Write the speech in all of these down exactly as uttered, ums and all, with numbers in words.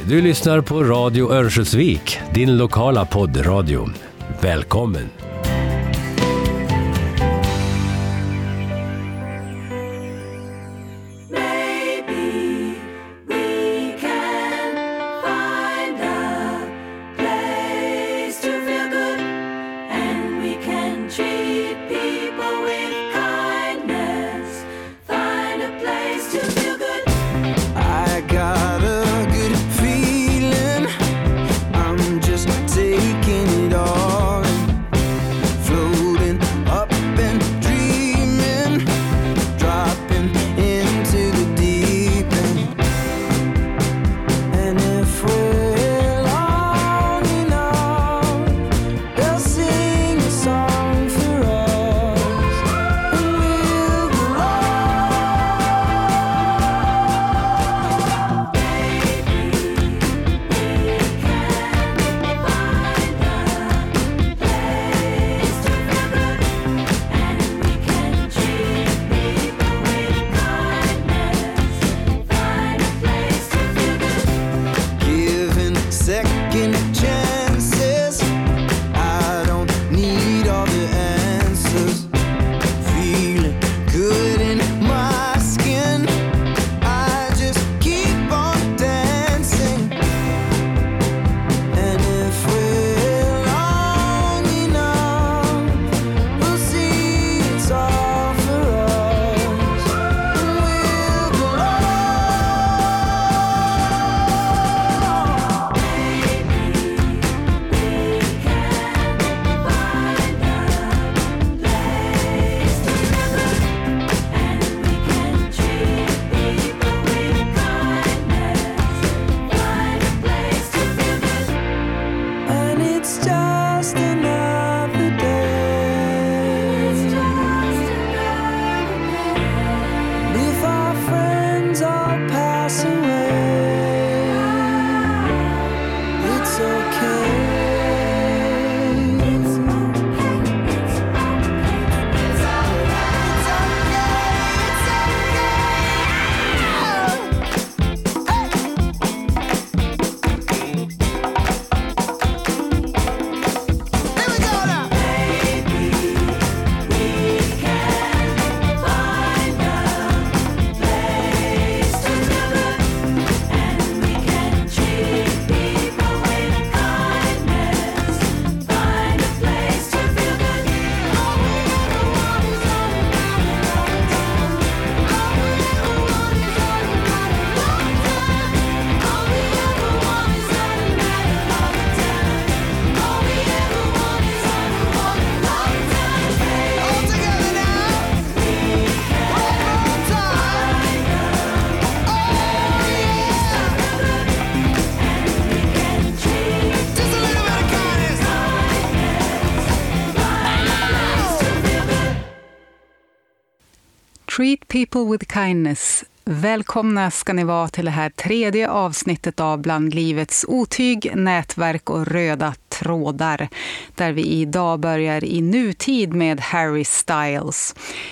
Du lyssnar på Radio Örnsköldsvik, din lokala poddradio. Välkommen! Treat people with kindness. Välkomna ska ni vara till det här tredje avsnittet av Bland livets otyg, nätverk och röda trådar. Där vi idag börjar i nutid med Harry Styles.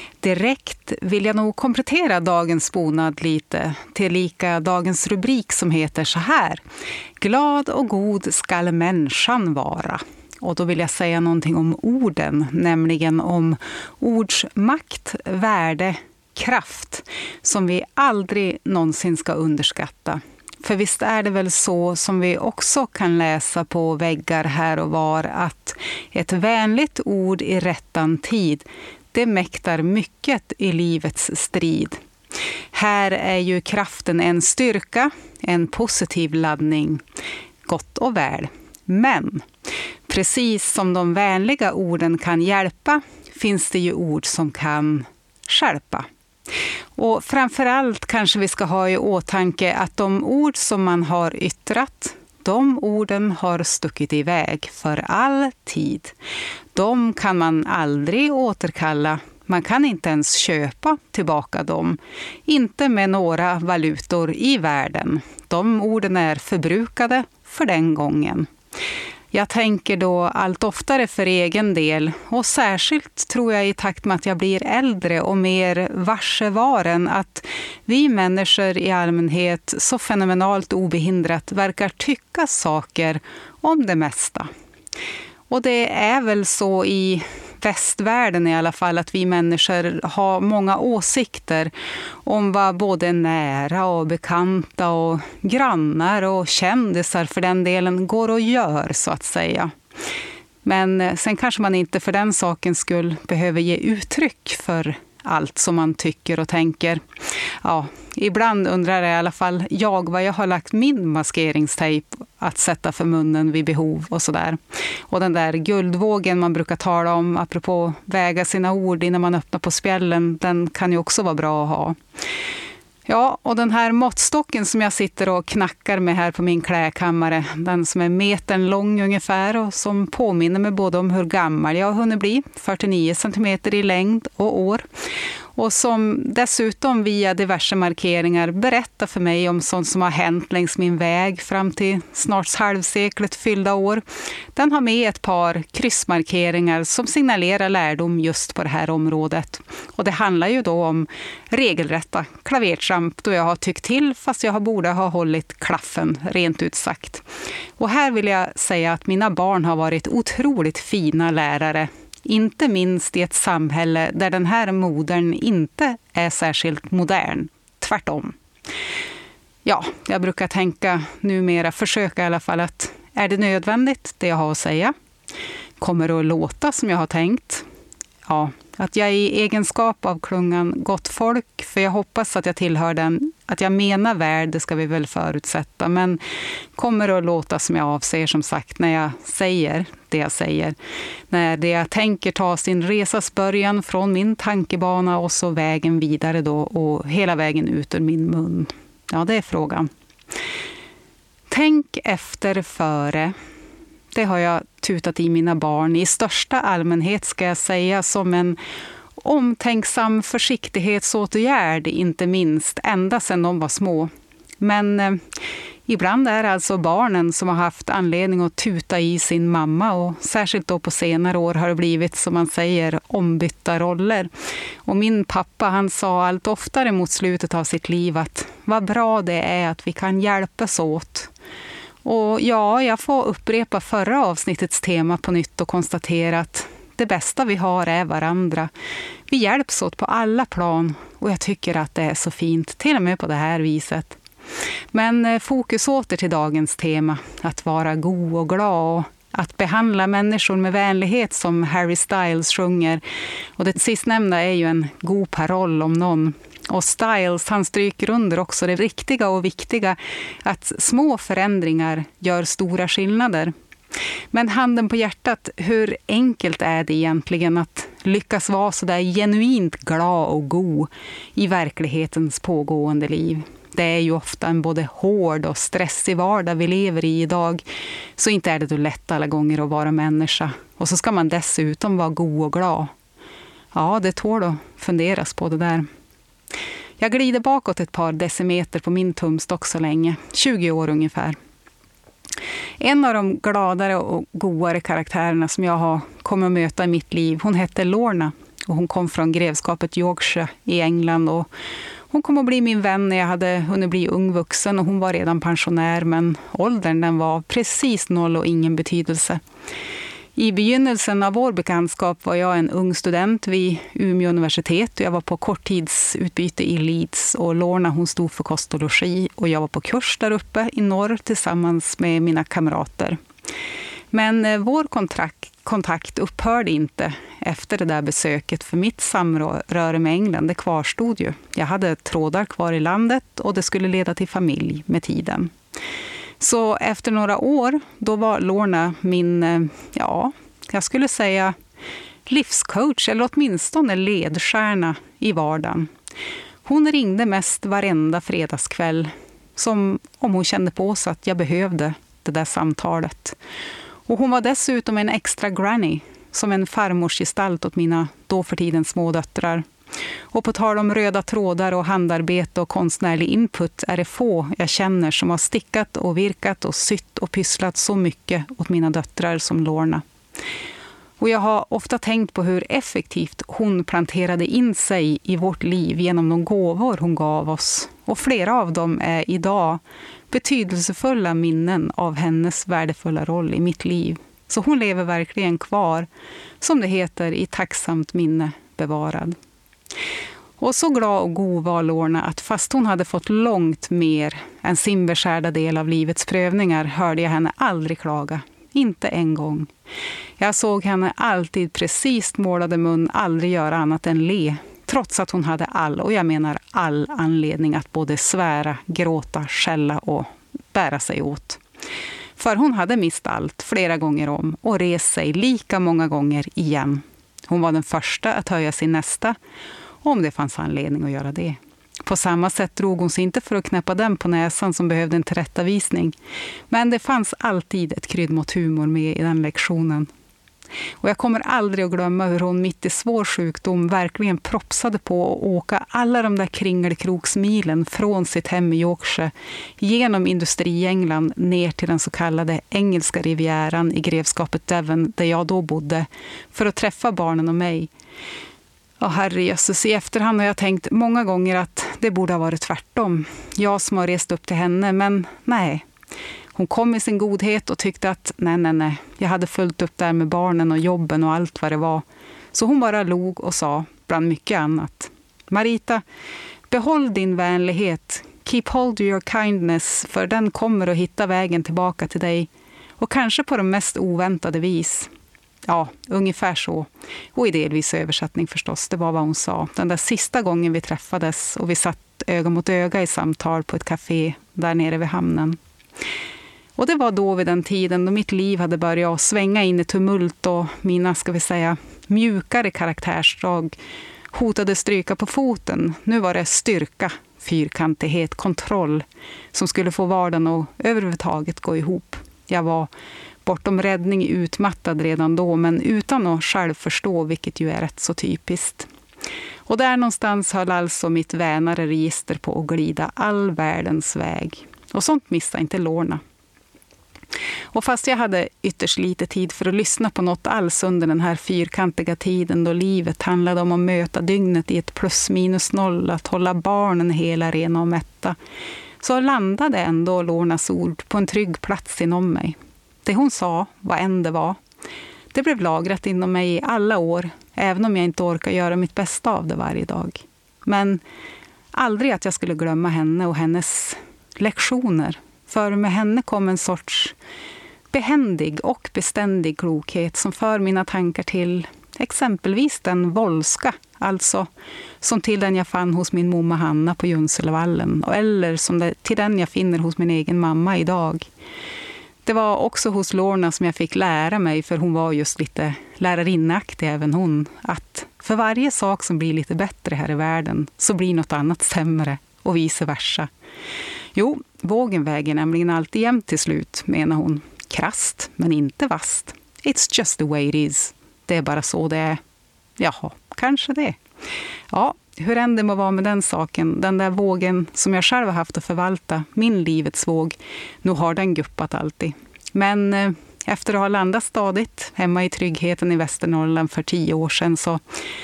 Direkt vill jag nog komplettera dagens bonad lite till lika dagens rubrik som heter så här. Glad och god skall människan vara. Och då vill jag säga någonting om orden, nämligen om ords makt, värde, kraft som vi aldrig någonsin ska underskatta. För visst är det väl så som vi också kan läsa på väggar här och var att ett vänligt ord i rättan tid, det mäktar mycket i livets strid. Här är ju kraften en styrka, en positiv laddning, gott och väl. Men precis som de vänliga orden kan hjälpa finns det ju ord som kan skärpa. Och framförallt kanske vi ska ha i åtanke att de ord som man har yttrat, de orden har stuckit iväg för all tid. De kan man aldrig återkalla. Man kan inte ens köpa tillbaka dem. Inte med några valutor i världen. De orden är förbrukade för den gången. Jag tänker då allt oftare för egen del, och särskilt tror jag i takt med att jag blir äldre och mer varsevaren, att vi människor i allmänhet så fenomenalt obehindrat verkar tycka saker om det mesta. Och det är väl så i västvärlden i alla fall, att vi människor har många åsikter om vad både nära och bekanta och grannar och kändisar för den delen går och gör, så att säga. Men sen kanske man inte för den sakens skull behöver ge uttryck för allt som man tycker och tänker. Ja, ibland undrar i alla fall jag vad jag har lagt min maskeringstejp att sätta för munnen vid behov och sådär. Och den där guldvågen man brukar tala om, apropå väga sina ord innan man öppnar på spjällen, den kan ju också vara bra att ha. Ja, och den här måttstocken som jag sitter och knackar med här på min klädkammare, den som är metern lång ungefär och som påminner mig både om hur gammal jag har hunnit bli, fyrtionio centimeter i längd och år, och som dessutom via diverse markeringar berättar för mig om sånt som har hänt längs min väg fram till snart halvseklet fyllda år. Den har med ett par kryssmarkeringar som signalerar lärdom just på det här området. Och det handlar ju då om regelrätta klavertramp då jag har tyckt till fast jag borde ha hållit klaffen, rent ut sagt. Och här vill jag säga att mina barn har varit otroligt fina lärare. Inte minst i ett samhälle där den här modern inte är särskilt modern. Tvärtom. Ja, jag brukar tänka numera, försöka i alla fall, att är det nödvändigt det jag har att säga? Kommer det att låta som jag har tänkt? Ja, att jag i egenskap av klungan gott folk, för jag hoppas att jag tillhör den, att jag menar väl, det ska vi väl förutsätta, men kommer det att låta som jag avser, som sagt, när jag säger det jag säger. När det jag tänker ta sin resas början från min tankebana och så vägen vidare då och hela vägen ut ur min mun. Ja, det är frågan. Tänk efter före. Det har jag tutat i mina barn i största allmänhet, ska jag säga, som en omtänksam försiktighetsåtgärd, inte minst, ända sedan de var små. Men eh, ibland är det alltså barnen som har haft anledning att tuta i sin mamma, och särskilt då på senare år har det blivit, som man säger, ombytta roller. Och min pappa, han sa allt oftare mot slutet av sitt liv att vad bra det är att vi kan hjälpas åt. Och ja, jag får upprepa förra avsnittets tema på nytt och konstatera att det bästa vi har är varandra. Vi hjälps åt på alla plan, och jag tycker att det är så fint, till och med på det här viset. Men fokus åter till dagens tema, att vara god och glad och att behandla människor med vänlighet, som Harry Styles sjunger. Och det sistnämnda är ju en god paroll om någon. Och Styles, han stryker under också det riktiga och viktiga, att små förändringar gör stora skillnader. Men handen på hjärtat, hur enkelt är det egentligen att lyckas vara så där genuint glad och god i verklighetens pågående liv? Det är ju ofta en både hård och stressig vardag vi lever i idag, så inte är det då lätt alla gånger att vara människa. Och så ska man dessutom vara god och glad. Ja, det tål att funderas på det där. Jag glider bakåt ett par decimeter på min tumstock så länge, tjugo år ungefär. En av de gladare och godare karaktärerna som jag har kommit att möta i mitt liv, hon hette Lorna, och hon kom från grevskapet Yorkshire i England, och hon kom att bli min vän när jag hade hunnit bli ung vuxen, och hon var redan pensionär, men åldern den var precis noll och ingen betydelse. I begynnelsen av vår bekantskap var jag en ung student vid Umeå universitet, och jag var på korttidsutbyte i Leeds, och Lorna, hon stod för kost och logi, och jag var på kurs där uppe i norr tillsammans med mina kamrater. Men eh, vår kontrakt, kontakt upphörde inte efter det där besöket, för mitt samröre med England, det kvarstod ju. Jag hade trådar kvar i landet, och det skulle leda till familj med tiden. Så efter några år, då var Lorna min, ja, jag skulle säga livscoach, eller åtminstone ledstjärna i vardagen. Hon ringde mest varenda fredagskväll, som om hon kände på sig att jag behövde det där samtalet. Och hon var dessutom en extra granny, som en farmorsgestalt åt mina då för tiden små döttrar. Och på tal om röda trådar och handarbete och konstnärlig input är det få jag känner som har stickat och virkat och sytt och pysslat så mycket åt mina döttrar som Lorna. Och jag har ofta tänkt på hur effektivt hon planterade in sig i vårt liv genom de gåvor hon gav oss. Och flera av dem är idag betydelsefulla minnen av hennes värdefulla roll i mitt liv. Så hon lever verkligen kvar, som det heter, i tacksamt minne bevarad. Och så glad och god var Lorna att fast hon hade fått långt mer än sin beskärda del av livets prövningar hörde jag henne aldrig klaga. Inte en gång. Jag såg henne alltid precis målade mun, aldrig göra annat än le. Trots att hon hade all, och jag menar all anledning att både svära, gråta, skälla och bära sig åt. För hon hade mist allt flera gånger om och rest sig lika många gånger igen. Hon var den första att höja sin nästa, om det fanns anledning att göra det. På samma sätt drog hon sig inte för att knäppa den på näsan som behövde en tillrättavisning. Men det fanns alltid ett krydd mot humor med i den lektionen. Och jag kommer aldrig att glömma hur hon mitt i svår sjukdom verkligen propsade på att åka alla de där kringelkroksmilen från sitt hem i Yorkshire genom industri-England ner till den så kallade engelska rivieran i grevskapet Devon där jag då bodde för att träffa barnen och mig. Och herrejösses, i efterhand har jag tänkt många gånger att det borde ha varit tvärtom. Jag som har rest upp till henne, men nej. Hon kom i sin godhet och tyckte att nej, nej, nej. Jag hade följt upp där med barnen och jobben och allt vad det var. Så hon bara log och sa, bland mycket annat: Marita, behåll din vänlighet. Keep hold of your kindness, för den kommer att hitta vägen tillbaka till dig. Och kanske på de mest oväntade vis. Ja, ungefär så. Och i delvis översättning förstås, det var vad hon sa. Den där sista gången vi träffades och vi satt öga mot öga i samtal på ett café där nere vid hamnen. Och det var då vid den tiden då mitt liv hade börjat svänga in i tumult och mina, ska vi säga, mjukare karaktärsdrag hotade stryka på foten. Nu var det styrka, fyrkantighet, kontroll som skulle få vardagen att överhuvudtaget gå ihop. Jag var bortom räddning utmattad redan då, men utan att själv förstå, vilket ju är rätt så typiskt. Och där någonstans höll alltså mitt vänare register på att glida all världens väg. Och sånt missade inte Lorna. Och fast jag hade ytterst lite tid för att lyssna på något alls under den här fyrkantiga tiden då livet handlade om att möta dygnet i ett plus minus noll, att hålla barnen hela, rena och mätta, så landade ändå Lornas ord på en trygg plats inom mig. Det hon sa, vad än det var, det blev lagrat inom mig i alla år, även om jag inte orkar göra mitt bästa av det varje dag. Men aldrig att jag skulle glömma henne och hennes lektioner. För med henne kom en sorts behändig och beständig klokhet som för mina tankar till exempelvis den våldska, alltså som till den jag fann hos min mamma Hanna på Junselevallen, eller som det, till den jag finner hos min egen mamma idag. Det var också hos Lorna som jag fick lära mig, för hon var just lite lärarinaktig även hon, att för varje sak som blir lite bättre här i världen så blir något annat sämre och vice versa. Jo, vågen väger nämligen alltid jämnt till slut, menar hon. Krasst, men inte vast. It's just the way it is. Det är bara så det är. Jaha, kanske det. Ja, hur än det må vara med den saken, den där vågen som jag själv har haft att förvalta, min livets våg, nu har den guppat alltid. Men eh, efter att ha landat stadigt hemma i tryggheten i Västernorrland för tio år sedan så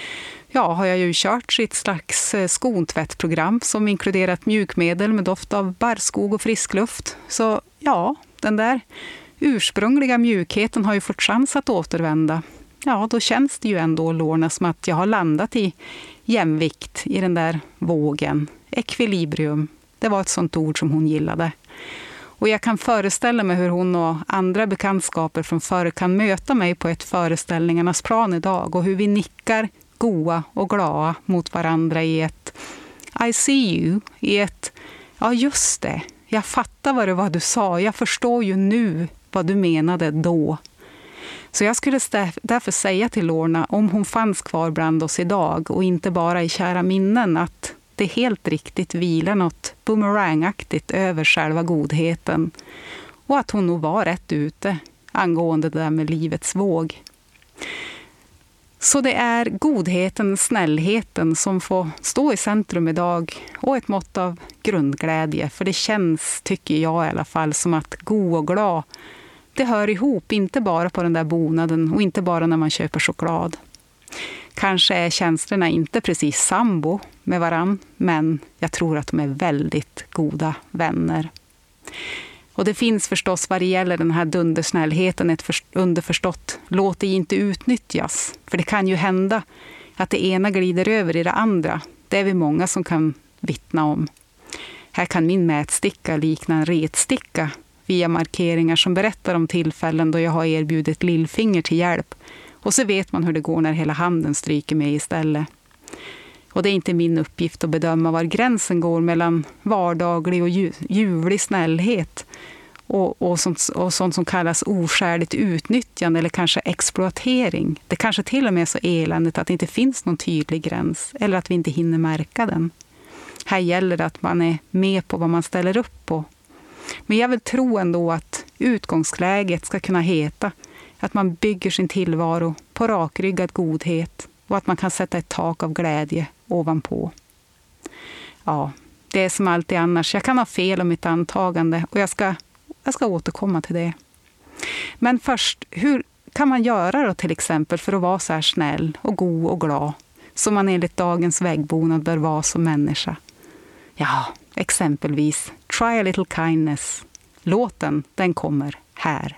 ja, har jag ju kört sitt slags skontvättprogram som inkluderat mjukmedel med doft av barrskog och frisk luft. Så ja, den där ursprungliga mjukheten har ju fått chans att återvända. Ja, då känns det ju ändå, Lorna, som att jag har landat i jämvikt i den där vågen. Ekvilibrium, det var ett sånt ord som hon gillade. Och jag kan föreställa mig hur hon och andra bekantskaper från förr kan möta mig på ett föreställningarnas plan idag och hur vi nickar goa och glada mot varandra i ett I see you, i ett ja just det, jag fattar vad det var du sa, jag förstår ju nu vad du menade då. Så jag skulle därför säga till Lorna, om hon fanns kvar bland oss idag och inte bara i kära minnen, att det helt riktigt vilar något boomerangaktigt över själva godheten och att hon nog var rätt ute angående det där med livets våg. Så det är godheten, snällheten som får stå i centrum idag och ett mått av grundglädje. För det känns, tycker jag i alla fall, som att god och glad, det hör ihop, inte bara på den där bonaden och inte bara när man köper choklad. Kanske är känslorna inte precis sambo med varann, men jag tror att de är väldigt goda vänner. Och det finns förstås vad det gäller den här dundersnällheten ett underförstått, låt det inte utnyttjas. För det kan ju hända att det ena glider över i det andra. Det är vi många som kan vittna om. Här kan min mätsticka likna en retsticka via markeringar som berättar om tillfällen då jag har erbjudit lillfinger till hjälp. Och så vet man hur det går när hela handen stryker med istället. Och det är inte min uppgift att bedöma var gränsen går mellan vardaglig och ljuvlig snällhet och, och, sånt, och sånt som kallas oskäligt utnyttjande eller kanske exploatering. Det kanske till och med är så eländigt att det inte finns någon tydlig gräns eller att vi inte hinner märka den. Här gäller det att man är med på vad man ställer upp på. Men jag vill tro ändå att utgångsläget ska kunna heta att man bygger sin tillvaro på rakryggad godhet och att man kan sätta ett tak av glädje ovanpå. Ja, det är som alltid annars. Jag kan ha fel om mitt antagande och jag ska, jag ska återkomma till det. Men först, hur kan man göra då till exempel för att vara så här snäll och god och glad som man enligt dagens väggbonad bör vara som människa? Ja, exempelvis Try a little kindness. Låten, den kommer här.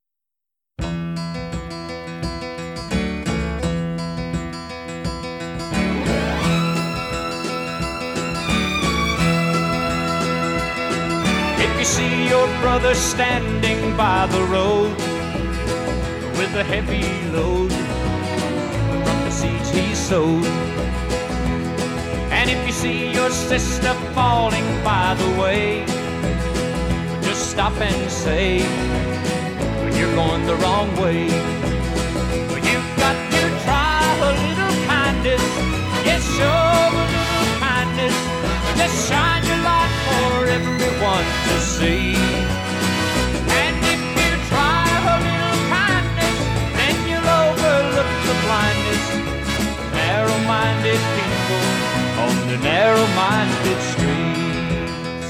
You see your brother standing by the road with a heavy load from the seeds he sowed. And if you see your sister falling by the way, just stop and say, you're going the wrong way. You've got to try a little kindness. Yes, show a little kindness. Just shine your light for everyone to see. And if you try a little kindness, then you'll overlook the blindness of narrow-minded people on the narrow-minded streets.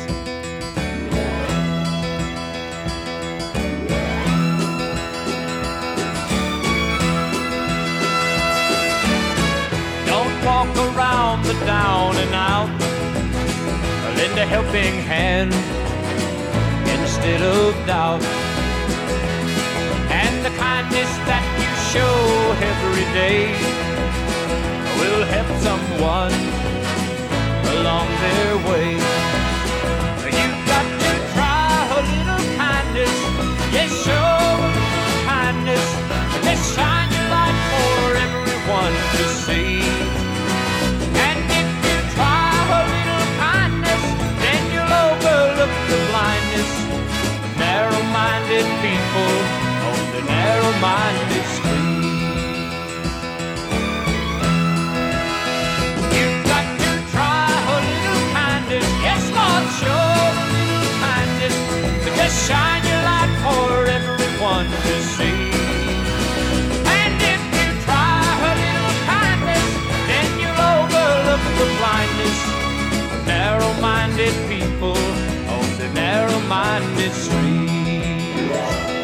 Don't walk around the down and out. Lend a helping hand instead of doubt. And the kindness that you show every day will help someone along their way. You've got to try a little kindness. Yes, show a little kindness. Just shine your light for everyone to see. The blindness of narrow-minded people on the narrow-minded street. You've got to try a little kindness. Yes, Lord, show a little kindness. But just shine your light for everyone to see. And if you try a little kindness, then you'll overlook the blindness of narrow-minded people the narrow-minded street.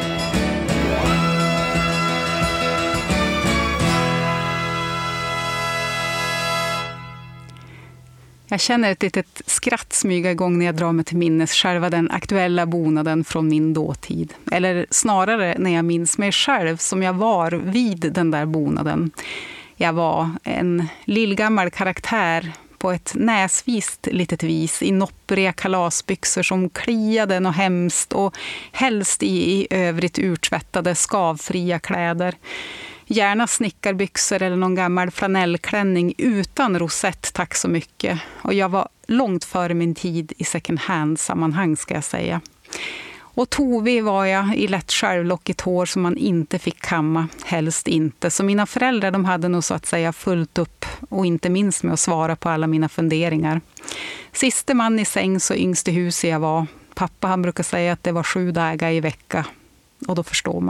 Jag känner ett litet skratt smyga igång när jag drar mig till minnes själva den aktuella bonaden från min dåtid. Eller snarare när jag minns mig själv som jag var vid den där bonaden. Jag var en lillgammal karaktär på ett näsvist litet vis i noppriga kalasbyxor som kliade och hemskt och helst i, i övrigt urtvättade skavfria kläder. Gärna snickarbyxor eller någon gammal flanellklänning utan rosett, tack så mycket. Och jag var långt före min tid i second hand-sammanhang, ska jag säga. Och tovig var jag i lätt självlockigt hår som man inte fick kamma, helst inte. Så mina föräldrar, de hade nog så att säga fullt upp och inte minst med att svara på alla mina funderingar. Siste man i säng så yngst i huset jag var. Pappa han brukar säga att det var sju dagar i vecka. Och då förstår man.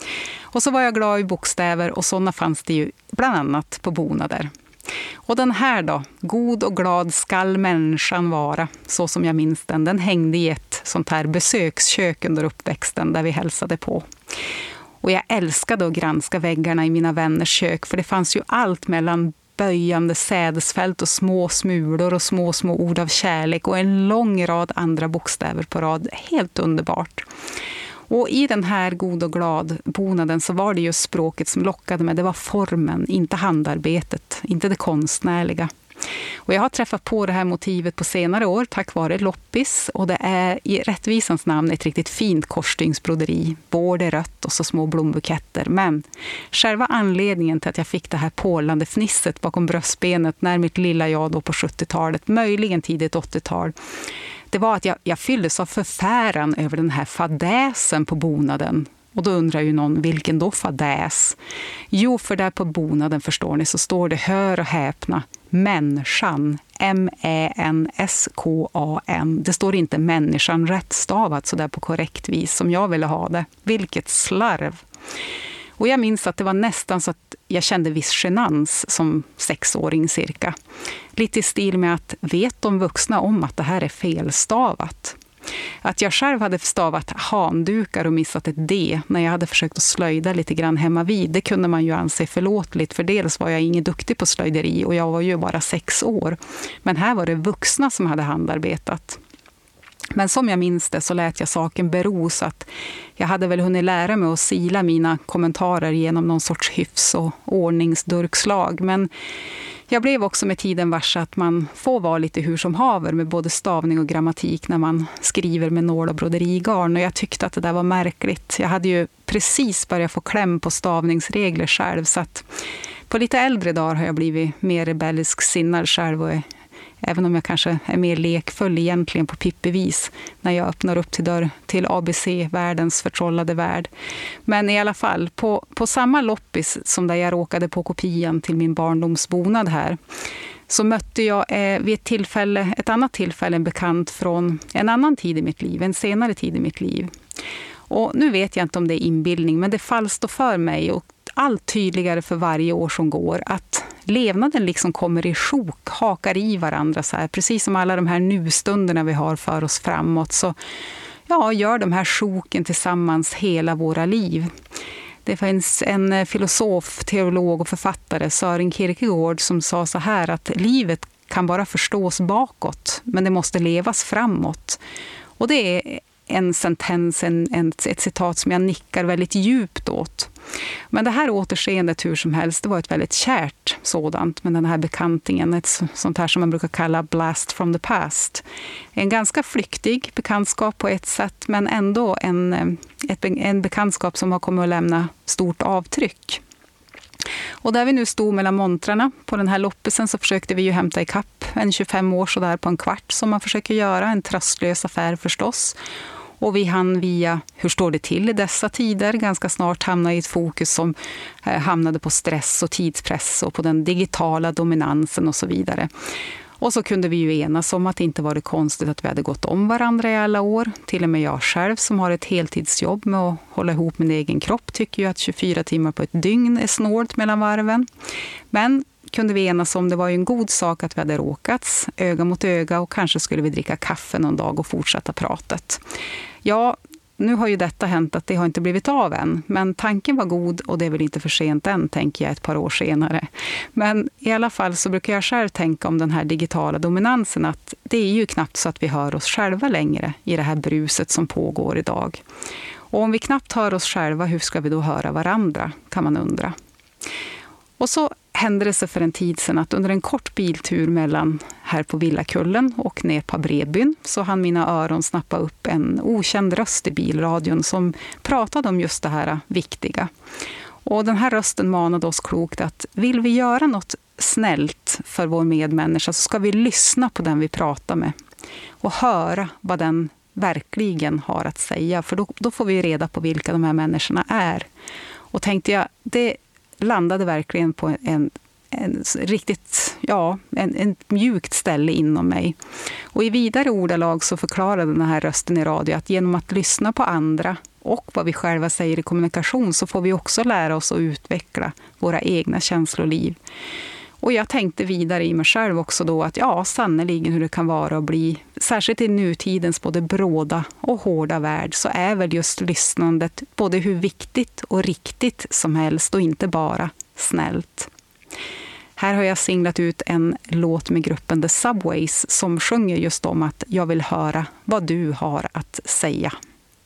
Och så var jag glad i bokstäver och sådana fanns det ju bland annat på bonader. Och den här då, god och glad skall människan vara, så som jag minns den, den hängde i ett sånt här besökskök under uppväxten där vi hälsade på. Och jag älskade att granska väggarna i mina vänners kök, för det fanns ju allt mellan böjande sädesfält och små smulor och små små ord av kärlek och en lång rad andra bokstäver på rad. Helt underbart. Och i den här god och glad bonaden så var det just språket som lockade mig. Det var formen, inte handarbetet, inte det konstnärliga. Och jag har träffat på det här motivet på senare år tack vare loppis, och det är i rättvisans namn ett riktigt fint korsstygnsbroderi. Både rött och så små blombuketter. Men själva anledningen till att jag fick det här pålande fnisset bakom bröstbenet när mitt lilla jag då på sjuttiotalet, möjligen tidigt åttiotal, det var att jag, jag fylldes av förfäran över den här fadäsen på bonaden. Och då undrar ju någon, vilken då fadäs? Jo, för där på bonaden, förstår ni, så står det, hör och häpna, människan, M Ä N S K A N. Det står inte människan rättstavat så där på korrekt vis som jag ville ha det. Vilket slarv! Och jag minns att det var nästan så att jag kände viss genans som sexåring cirka. Lite i stil med att vet de vuxna om att det här är felstavat? Att jag själv hade stavat handukar och missat ett D när jag hade försökt att slöjda lite grann hemma vid, det kunde man ju anse förlåtligt, för dels var jag ingen duktig på slöjderi och jag var ju bara sex år. Men här var det vuxna som hade handarbetat. Men som jag minns det så lät jag saken bero, så att jag hade väl hunnit lära mig att sila mina kommentarer genom någon sorts hyfs och ordningsdurkslag. Men jag blev också med tiden varse att man får vara lite hur som haver med både stavning och grammatik när man skriver med nål och broderigarn. Och jag tyckte att det där var märkligt. Jag hade ju precis börjat få kläm på stavningsregler själv, så att på lite äldre dagar har jag blivit mer rebellisk sinnad själv, och även om jag kanske är mer lekfull egentligen på pippevis när jag öppnar upp till dörr till A B C, världens förtrollade värld. Men i alla fall, på, på samma loppis som där jag råkade på kopian till min barndomsbonad här, så mötte jag eh, vid ett tillfälle, ett annat tillfälle en bekant från en annan tid i mitt liv, en senare tid i mitt liv. Och nu vet jag inte om det är inbildning, men det fallstår för mig och allt tydligare för varje år som går att levnaden liksom kommer i sjok, hakar i varandra så här. Precis som alla de här nustunderna vi har för oss framåt, så ja, gör de här sjoken tillsammans hela våra liv. Det finns en filosof, teolog och författare, Søren Kierkegaard, som sa så här att livet kan bara förstås bakåt, men det måste levas framåt. Och det är en sentens, en, en, ett citat som jag nickar väldigt djupt åt. Men det här återseendet hur som helst, det var ett väldigt kärt sådant, men den här bekantingen, ett sånt här som man brukar kalla blast from the past. En ganska flyktig bekantskap på ett sätt, men ändå en, ett, en bekantskap som har kommit att lämna stort avtryck. Och där vi nu stod mellan montrarna på den här loppisen så försökte vi ju hämta i kapp en tjugofem år så där på en kvart som man försöker göra, en tröstlös affär förstås. Och vi hann via hur står det till i dessa tider ganska snart hamna i ett fokus som eh, hamnade på stress och tidspress och på den digitala dominansen och så vidare. Och så kunde vi ju enas om att det inte var det konstigt att vi hade gått om varandra i alla år. Till och med jag själv som har ett heltidsjobb med att hålla ihop min egen kropp tycker ju att tjugofyra timmar på ett dygn är snålt mellan varven. Men kunde vi enas om det var ju en god sak att vi hade råkats öga mot öga och kanske skulle vi dricka kaffe någon dag och fortsätta pratet. Ja, nu har ju detta hänt att det har inte blivit av än, men tanken var god och det är väl inte för sent än, tänker jag ett par år senare. Men i alla fall så brukar jag själv tänka om den här digitala dominansen att det är ju knappt så att vi hör oss själva längre i det här bruset som pågår idag. Och om vi knappt hör oss själva, hur ska vi då höra varandra, kan man undra. Och så hände det sig för en tid sedan att under en kort biltur mellan här på Villakullen och ner på Bredbyn så hann mina öron snappa upp en okänd röst i bilradion som pratade om just det här viktiga. Och den här rösten manade oss klokt att vill vi göra något snällt för vår medmänniska så ska vi lyssna på den vi pratar med och höra vad den verkligen har att säga, för då, då får vi reda på vilka de här människorna är. Och tänkte jag, det landade verkligen på en, en riktigt, ja, en, en mjukt ställe inom mig. Och i vidare ordalag så förklarade den här rösten i radio att genom att lyssna på andra och vad vi själva säger i kommunikation så får vi också lära oss att utveckla våra egna känsloliv. Och jag tänkte vidare i mig själv också då att ja, sannoliken hur det kan vara att bli, särskilt i nutidens både bråda och hårda värld, så är väl just lyssnandet både hur viktigt och riktigt som helst och inte bara snällt. Här har jag singlat ut en låt med gruppen The Subways som sjunger just om att jag vill höra vad du har att säga.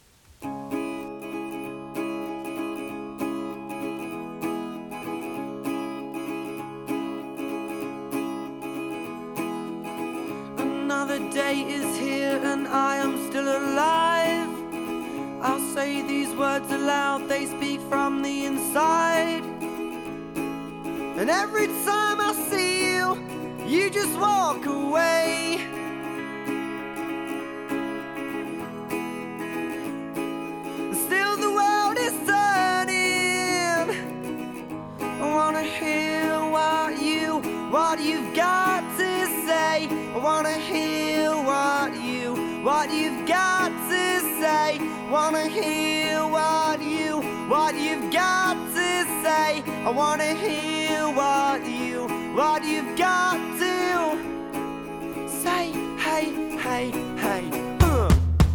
Another day is here and I am still alive. I'll say these words aloud, they speak from the inside. And every time I see you, you just walk away. Still the world is turning. I wanna hear what you, what you've got to say. I wanna hear what you, what you've got to say. Wanna hear what you, what you've got to say. I wanna hear what you, what you've got to say. Hey, hey, hey. Uh.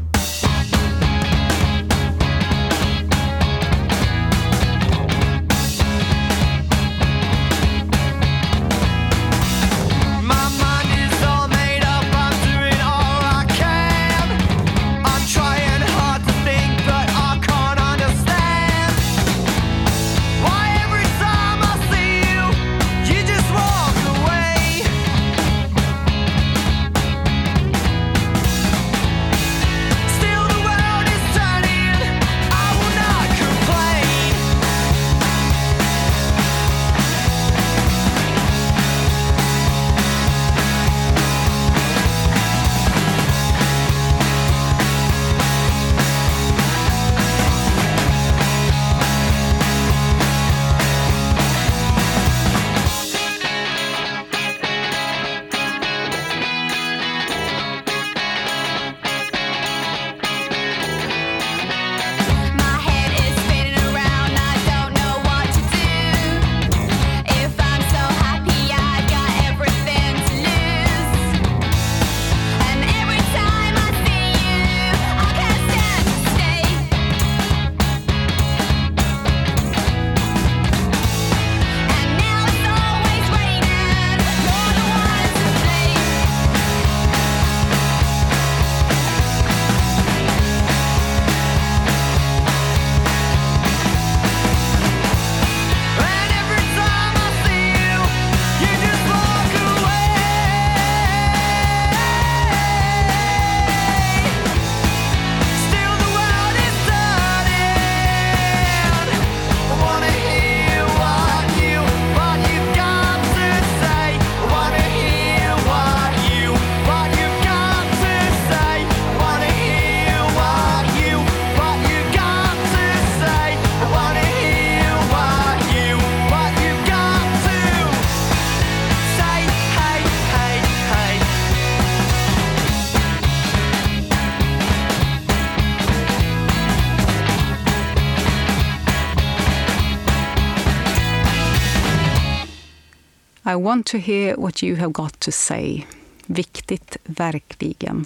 I want to hear what you have got to say. Viktigt, verkligen.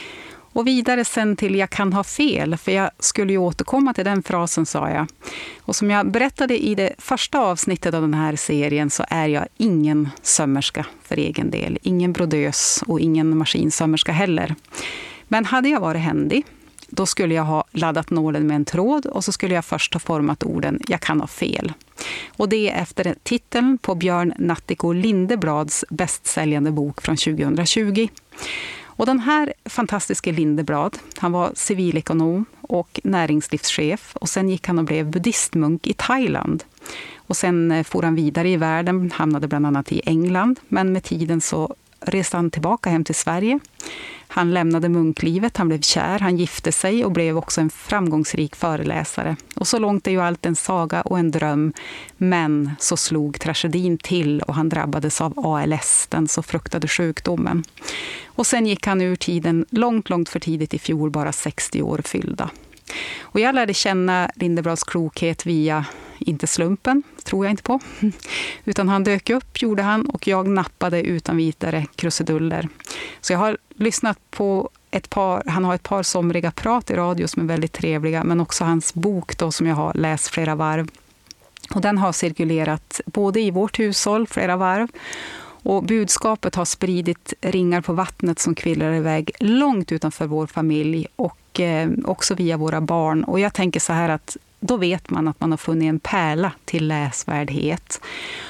Och vidare sen till jag kan ha fel, för jag skulle ju återkomma till den frasen, sa jag. Och som jag berättade i det första avsnittet av den här serien så är jag ingen sömmerska för egen del. Ingen brodös och ingen maskinsömmerska heller. Men hade jag varit händig, då skulle jag ha laddat nålen med en tråd och så skulle jag först ha format orden jag kan ha fel. Och det är efter titeln på Björn Natthiko Lindeblads bästsäljande bok från tjugohundratjugo. Och den här fantastiska Lindeblad, han var civilekonom och näringslivschef och sen gick han och blev buddhistmunk i Thailand. Och sen for han vidare i världen, hamnade bland annat i England, men med tiden så reste han tillbaka hem till Sverige. Han lämnade munklivet, han blev kär, han gifte sig och blev också en framgångsrik föreläsare. Och så långt är ju allt en saga och en dröm. Men så slog tragedin till och han drabbades av A L S, den så fruktade sjukdomen. Och sen gick han ur tiden långt, långt för tidigt i fjol, bara sextio år fyllda. Och jag lärde känna Lindeblads klokhet via, inte slumpen, tror jag inte på, utan han dök upp, gjorde han, och jag nappade utan vidare krusiduller. Så jag har lyssnat på ett par, han har ett par somriga prat i radio som är väldigt trevliga, men också hans bok då som jag har läst flera varv. Och den har cirkulerat både i vårt hushåll flera varv, och budskapet har spridit ringar på vattnet som kvillrar iväg långt utanför vår familj och eh, också via våra barn. Och jag tänker så här att då vet man att man har funnit en pärla till läsvärdhet.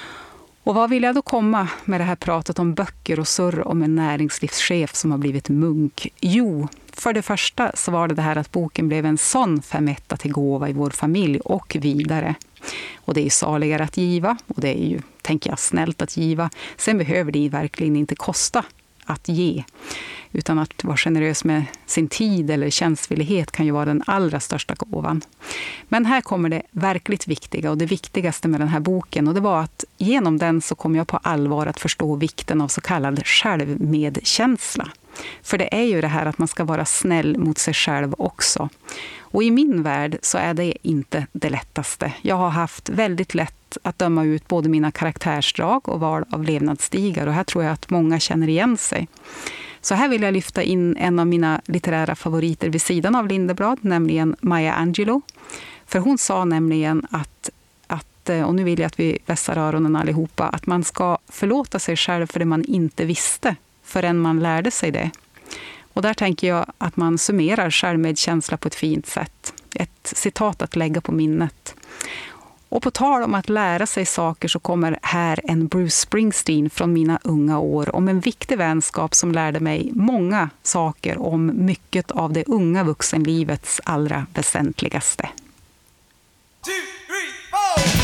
Och vad vill jag då komma med det här pratet om böcker och surr om en näringslivschef som har blivit munk? Jo, för det första så var det det här att boken blev en sån femetta till gåva i vår familj och vidare. Och det är ju saligare att giva, och det är ju, tänker jag, snällt att giva. Sen behöver det verkligen inte kosta att ge, utan att vara generös med sin tid eller tjänstvillighet kan ju vara den allra största gåvan. Men här kommer det verkligt viktiga och det viktigaste med den här boken, och det var att genom den så kom jag på allvar att förstå vikten av så kallad självmedkänsla. För det är ju det här att man ska vara snäll mot sig själv också. Och i min värld så är det inte det lättaste. Jag har haft väldigt lätt att döma ut både mina karaktärsdrag och val av levnadsstigar, och här tror jag att många känner igen sig. Så här vill jag lyfta in en av mina litterära favoriter vid sidan av Lindeblad, nämligen Maya Angelou. För hon sa nämligen att, att, och nu vill jag att vi vässar öronen allihopa, att man ska förlåta sig själv för det man inte visste förrän man lärde sig det. Och där tänker jag att man summerar självmedkänsla på ett fint sätt. Ett citat att lägga på minnet. Och på tal om att lära sig saker så kommer här en Bruce Springsteen från mina unga år om en viktig vänskap som lärde mig många saker om mycket av det unga vuxenlivets allra väsentligaste. Two, three, four.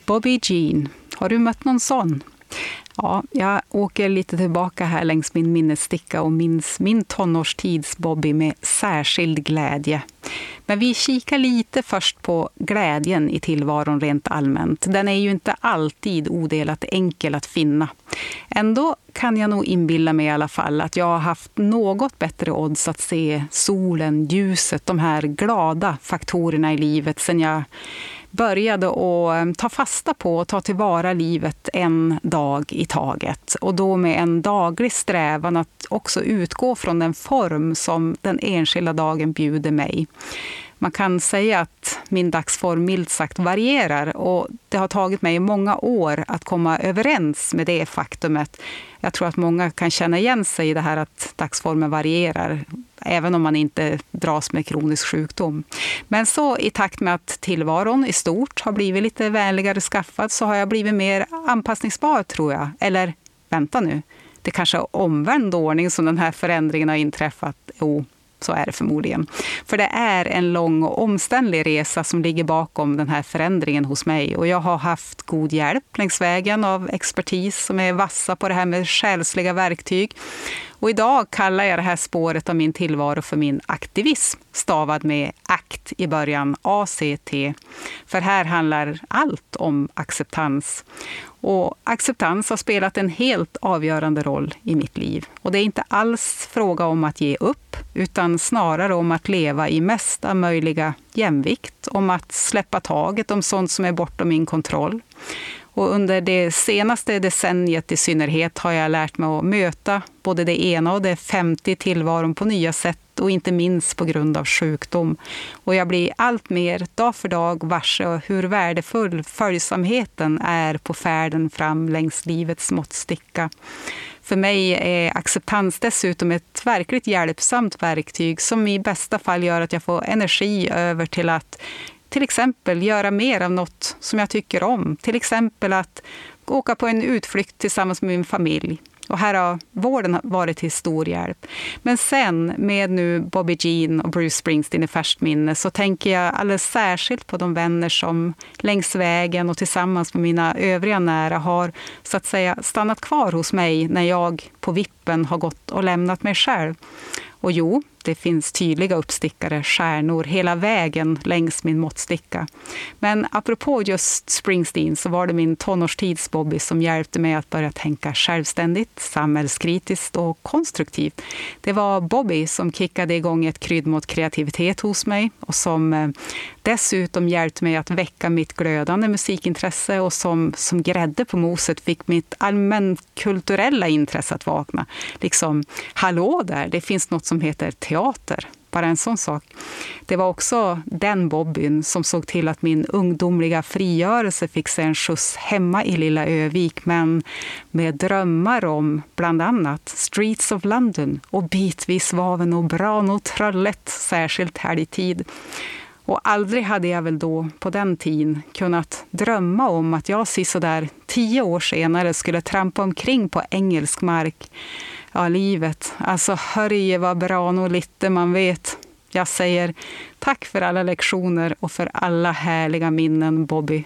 Bobby Jean. Har du mött någon sån? Ja, jag åker lite tillbaka här längs min minnessticka och minns min tonårstids Bobby med särskild glädje. Men vi kikar lite först på glädjen i tillvaron rent allmänt. Den är ju inte alltid odelat enkel att finna. Ändå kan jag nog inbilla mig i alla fall att jag har haft något bättre odds att se solen, ljuset, de här glada faktorerna i livet sedan jag började att ta fasta på och ta tillvara livet en dag i taget. Och då med en daglig strävan att också utgå från den form som den enskilda dagen bjuder mig. Man kan säga att min dagsform milt sagt varierar och det har tagit mig många år att komma överens med det faktumet. Jag tror att många kan känna igen sig i det här att dagsformen varierar, även om man inte dras med kronisk sjukdom. Men så i takt med att tillvaron i stort har blivit lite vänligare skaffad så har jag blivit mer anpassningsbar, tror jag. Eller, vänta nu, det kanske är omvänd ordning som den här förändringen har inträffat. Jo, så är det förmodligen. För det är en lång och omständlig resa som ligger bakom den här förändringen hos mig. Och jag har haft god hjälp längs vägen av expertis som är vassa på det här med själsliga verktyg. Och idag kallar jag det här spåret av min tillvaro för min aktivism, stavad med akt i början, A C T. För här handlar allt om acceptans. Och acceptans har spelat en helt avgörande roll i mitt liv. Och det är inte alls fråga om att ge upp, utan snarare om att leva i mesta möjliga jämvikt, om att släppa taget om sånt som är bortom min kontroll. Och under det senaste decenniet i synnerhet har jag lärt mig att möta både det ena och det femtio tillvaron på nya sätt och inte minst på grund av sjukdom. Och jag blir allt mer dag för dag varse hur värdefull följsamheten är på färden fram längs livets måttsticka. För mig är acceptans dessutom ett verkligt hjälpsamt verktyg som i bästa fall gör att jag får energi över till att till exempel göra mer av något som jag tycker om. Till exempel att åka på en utflykt tillsammans med min familj. Och här har vården varit till stor hjälp. Men sen med nu Bobby Jean och Bruce Springsteen i färskt minne så tänker jag alldeles särskilt på de vänner som längs vägen och tillsammans med mina övriga nära har så att säga stannat kvar hos mig när jag på vippen har gått och lämnat mig själv. Och jo, det finns tydliga uppstickare, stjärnor, hela vägen längs min måttsticka. Men apropå just Springsteen så var det min tonårstids Bobby som hjälpte mig att börja tänka självständigt, samhällskritiskt och konstruktivt. Det var Bobby som kickade igång ett krydd mot kreativitet hos mig och som dessutom hjälpte mig att väcka mitt glödande musikintresse och som, som grädde på moset fick mitt allmänkulturella intresse att vakna. Liksom, hallå där, det finns något som heter teater. Bara en sån sak. Det var också den Bobbyn som såg till att min ungdomliga frigörelse fick sig en skjuts hemma i lilla Övik, men med drömmar om bland annat Streets of London och bitvis Vaven och Bran och Trollet, särskilt här i tid. Och aldrig hade jag väl då på den tiden kunnat drömma om att jag sådär tio år senare skulle trampa omkring på engelsk mark. Ja, livet. Alltså, hörje vad bra och lite man vet. Jag säger tack för alla lektioner och för alla härliga minnen, Bobby.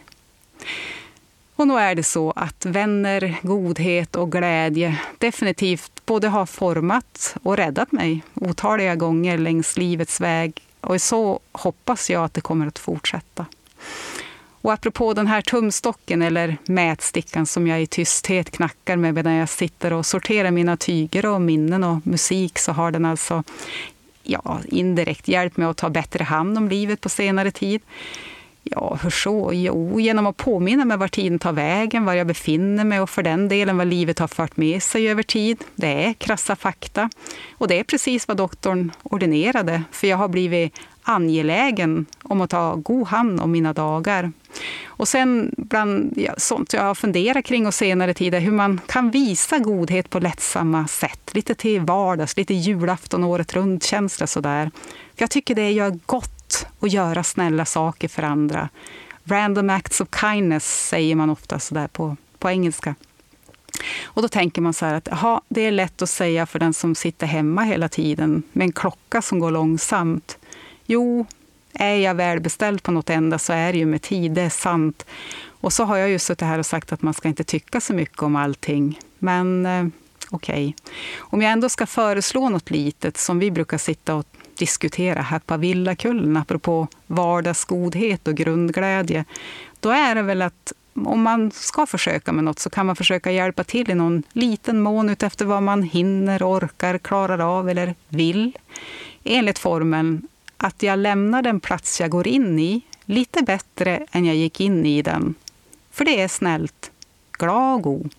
Och nu är det så att vänner, godhet och glädje definitivt både har format och räddat mig otaliga gånger längs livets väg. Och så hoppas jag att det kommer att fortsätta. Och apropå den här tumstocken eller mätstickan som jag i tysthet knackar med medan jag sitter och sorterar mina tyger och minnen och musik, så har den alltså ja, indirekt hjälpt mig att ta bättre hand om livet på senare tid. Ja, hur så? Jo, genom att påminna mig var tiden tar vägen, var jag befinner mig och för den delen vad livet har fört med sig över tid. Det är krassa fakta. Och det är precis vad doktorn ordinerade, för jag har blivit angelägen om att ta god hand om mina dagar. Och sen bland ja, sånt jag har funderat kring och senare tid är hur man kan visa godhet på lättsamma sätt. Lite till vardags, lite julafton, året runt känsla sådär. För jag tycker det gör gott att göra snälla saker för andra. Random acts of kindness säger man ofta sådär på, på engelska. Och då tänker man så här att aha, det är lätt att säga för den som sitter hemma hela tiden med en klocka som går långsamt. Jo, är jag välbeställd på något enda så är det ju med tid, det är sant. Och så har jag ju suttit här och sagt att man ska inte tycka så mycket om allting. Men eh, okej. Okay. Om jag ändå ska föreslå något litet som vi brukar sitta och diskutera här på Villakullen, apropå vardagsgodhet och grundglädje, då är det väl att om man ska försöka med något så kan man försöka hjälpa till i någon liten mån utefter vad man hinner, orkar, klarar av eller vill. Enligt formeln att jag lämnar den plats jag går in i lite bättre än jag gick in i den. För det är snällt, glad och god.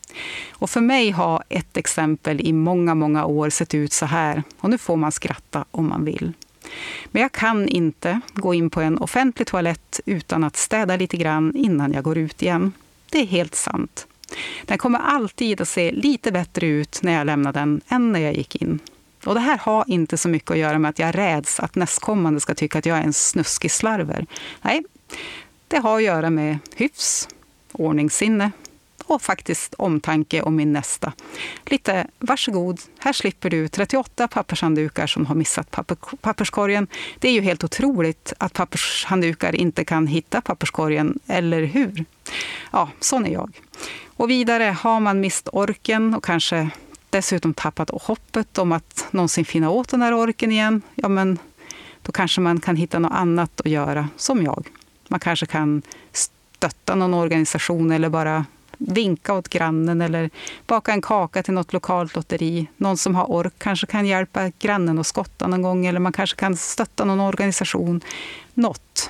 Och för mig har ett exempel i många, många år sett ut så här. Och nu får man skratta om man vill. Men jag kan inte gå in på en offentlig toalett utan att städa lite grann innan jag går ut igen. Det är helt sant. Den kommer alltid att se lite bättre ut när jag lämnar den än när jag gick in. Och det här har inte så mycket att göra med att jag räds att nästkommande ska tycka att jag är en snuskig slarver. Nej, det har att göra med hyfs, ordningssinne och faktiskt omtanke om min nästa. Lite, varsågod, här slipper du trettioåtta pappershanddukar som har missat papper, papperskorgen. Det är ju helt otroligt att pappershanddukar inte kan hitta papperskorgen, eller hur? Ja, sån är jag. Och vidare, har man mist orken och kanske dessutom tappat hoppet om att någonsin finna åt den här orken igen, ja men då kanske man kan hitta något annat att göra, som jag. Man kanske kan stötta någon organisation eller bara vinka åt grannen eller baka en kaka till något lokalt lotteri. Någon som har ork kanske kan hjälpa grannen att skotta någon gång, eller man kanske kan stötta någon organisation. Något.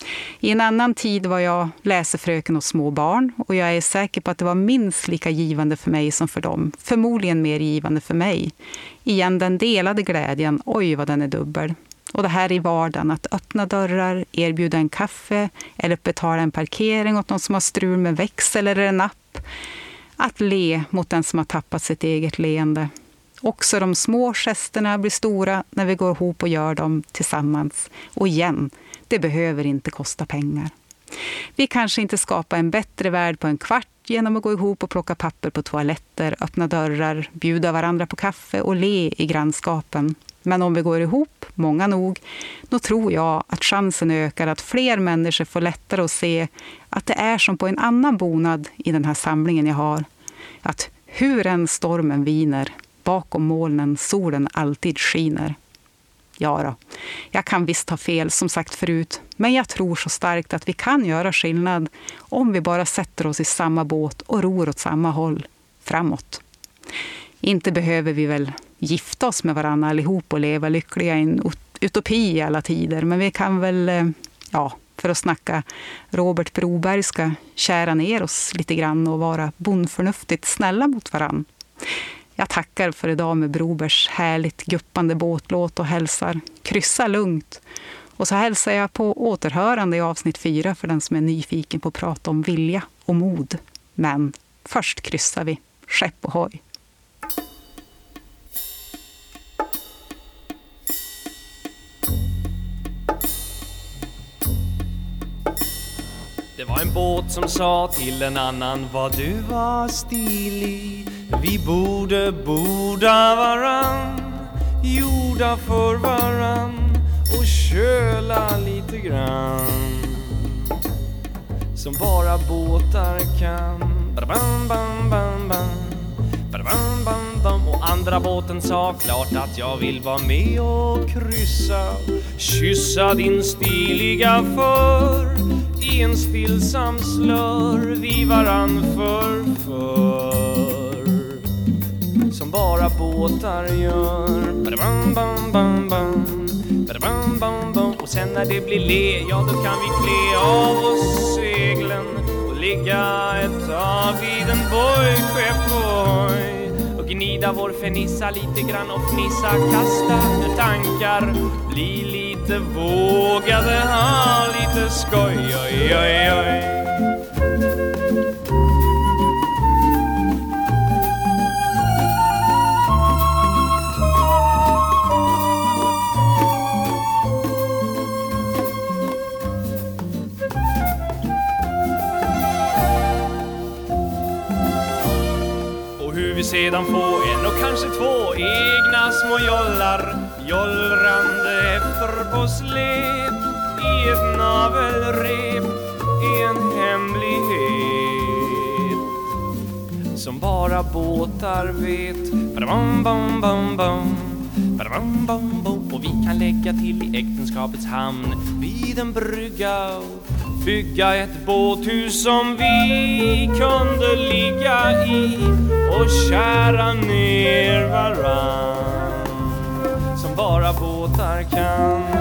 I en annan tid var jag läsefröken och små barn, och jag är säker på att det var minst lika givande för mig som för dem. Förmodligen mer givande för mig. Igen, den delade glädjen, oj vad den är dubbel. Och det här i vardagen, att öppna dörrar, erbjuda en kaffe eller betala en parkering åt någon som har strul med växel eller en app. Att le mot den som har tappat sitt eget leende. Också de små gesterna blir stora när vi går ihop och gör dem tillsammans. Och igen, det behöver inte kosta pengar. Vi kanske inte skapar en bättre värld på en kvart genom att gå ihop och plocka papper på toaletter, öppna dörrar, bjuda varandra på kaffe och le i grannskapen. Men om vi går ihop, många nog, då tror jag att chansen ökar att fler människor får lättare att se att det är som på en annan bonad i den här samlingen jag har. Att hur en stormen viner, bakom molnen solen alltid skiner. Ja då, jag kan visst ha fel som sagt förut, men jag tror så starkt att vi kan göra skillnad om vi bara sätter oss i samma båt och ror åt samma håll, framåt. Inte behöver vi väl gifta oss med varandra allihop och leva lyckliga i en utopi i alla tider, men vi kan väl, ja, för att snacka Robert Brobergska, kära ner oss lite grann och vara bondförnuftigt snälla mot varann. Jag tackar för idag med Brobers härligt guppande båtlåt och hälsar kryssa lugnt. Och så hälsar jag på återhörande i avsnitt fyra för den som är nyfiken på att prata om vilja och mod. Men först kryssar vi. Skepp och hoj. Det var en båt som sa till en annan: vad du var stilig, vi borde borda varann, gjorda för varann och köla lite grann, som bara båtar kan. Bam, bam, bam, bam. Bam, bam, bam. Och andra båten sa: klart att jag vill vara med och kryssa, kyssa din stiliga för i en stillsam slör vi varann för för, som bara båtar gör. Bam, bam, bam, bam. Bam, bam, bam. Och sen när det blir le, ja då kan vi klä av oss seglen och ligga ett tag vid en bojskeppoj och gnida vår fernissa lite grann och fnissa, kasta ur tankar, bli lite vågade, ha lite skoj, oj, oj, oj. Sedan få en och kanske två egna små jollar, jollrande efter på släp i ett navelrep, är en hemlighet som bara båtar vet. Badabam, bam, bam, bam. Badabam, bam, bam. Och vi kan lägga till i äktenskapets hamn vid en brygga och bygga ett båthus som vi kunde ligga i och kära ner varann som bara båtar kan.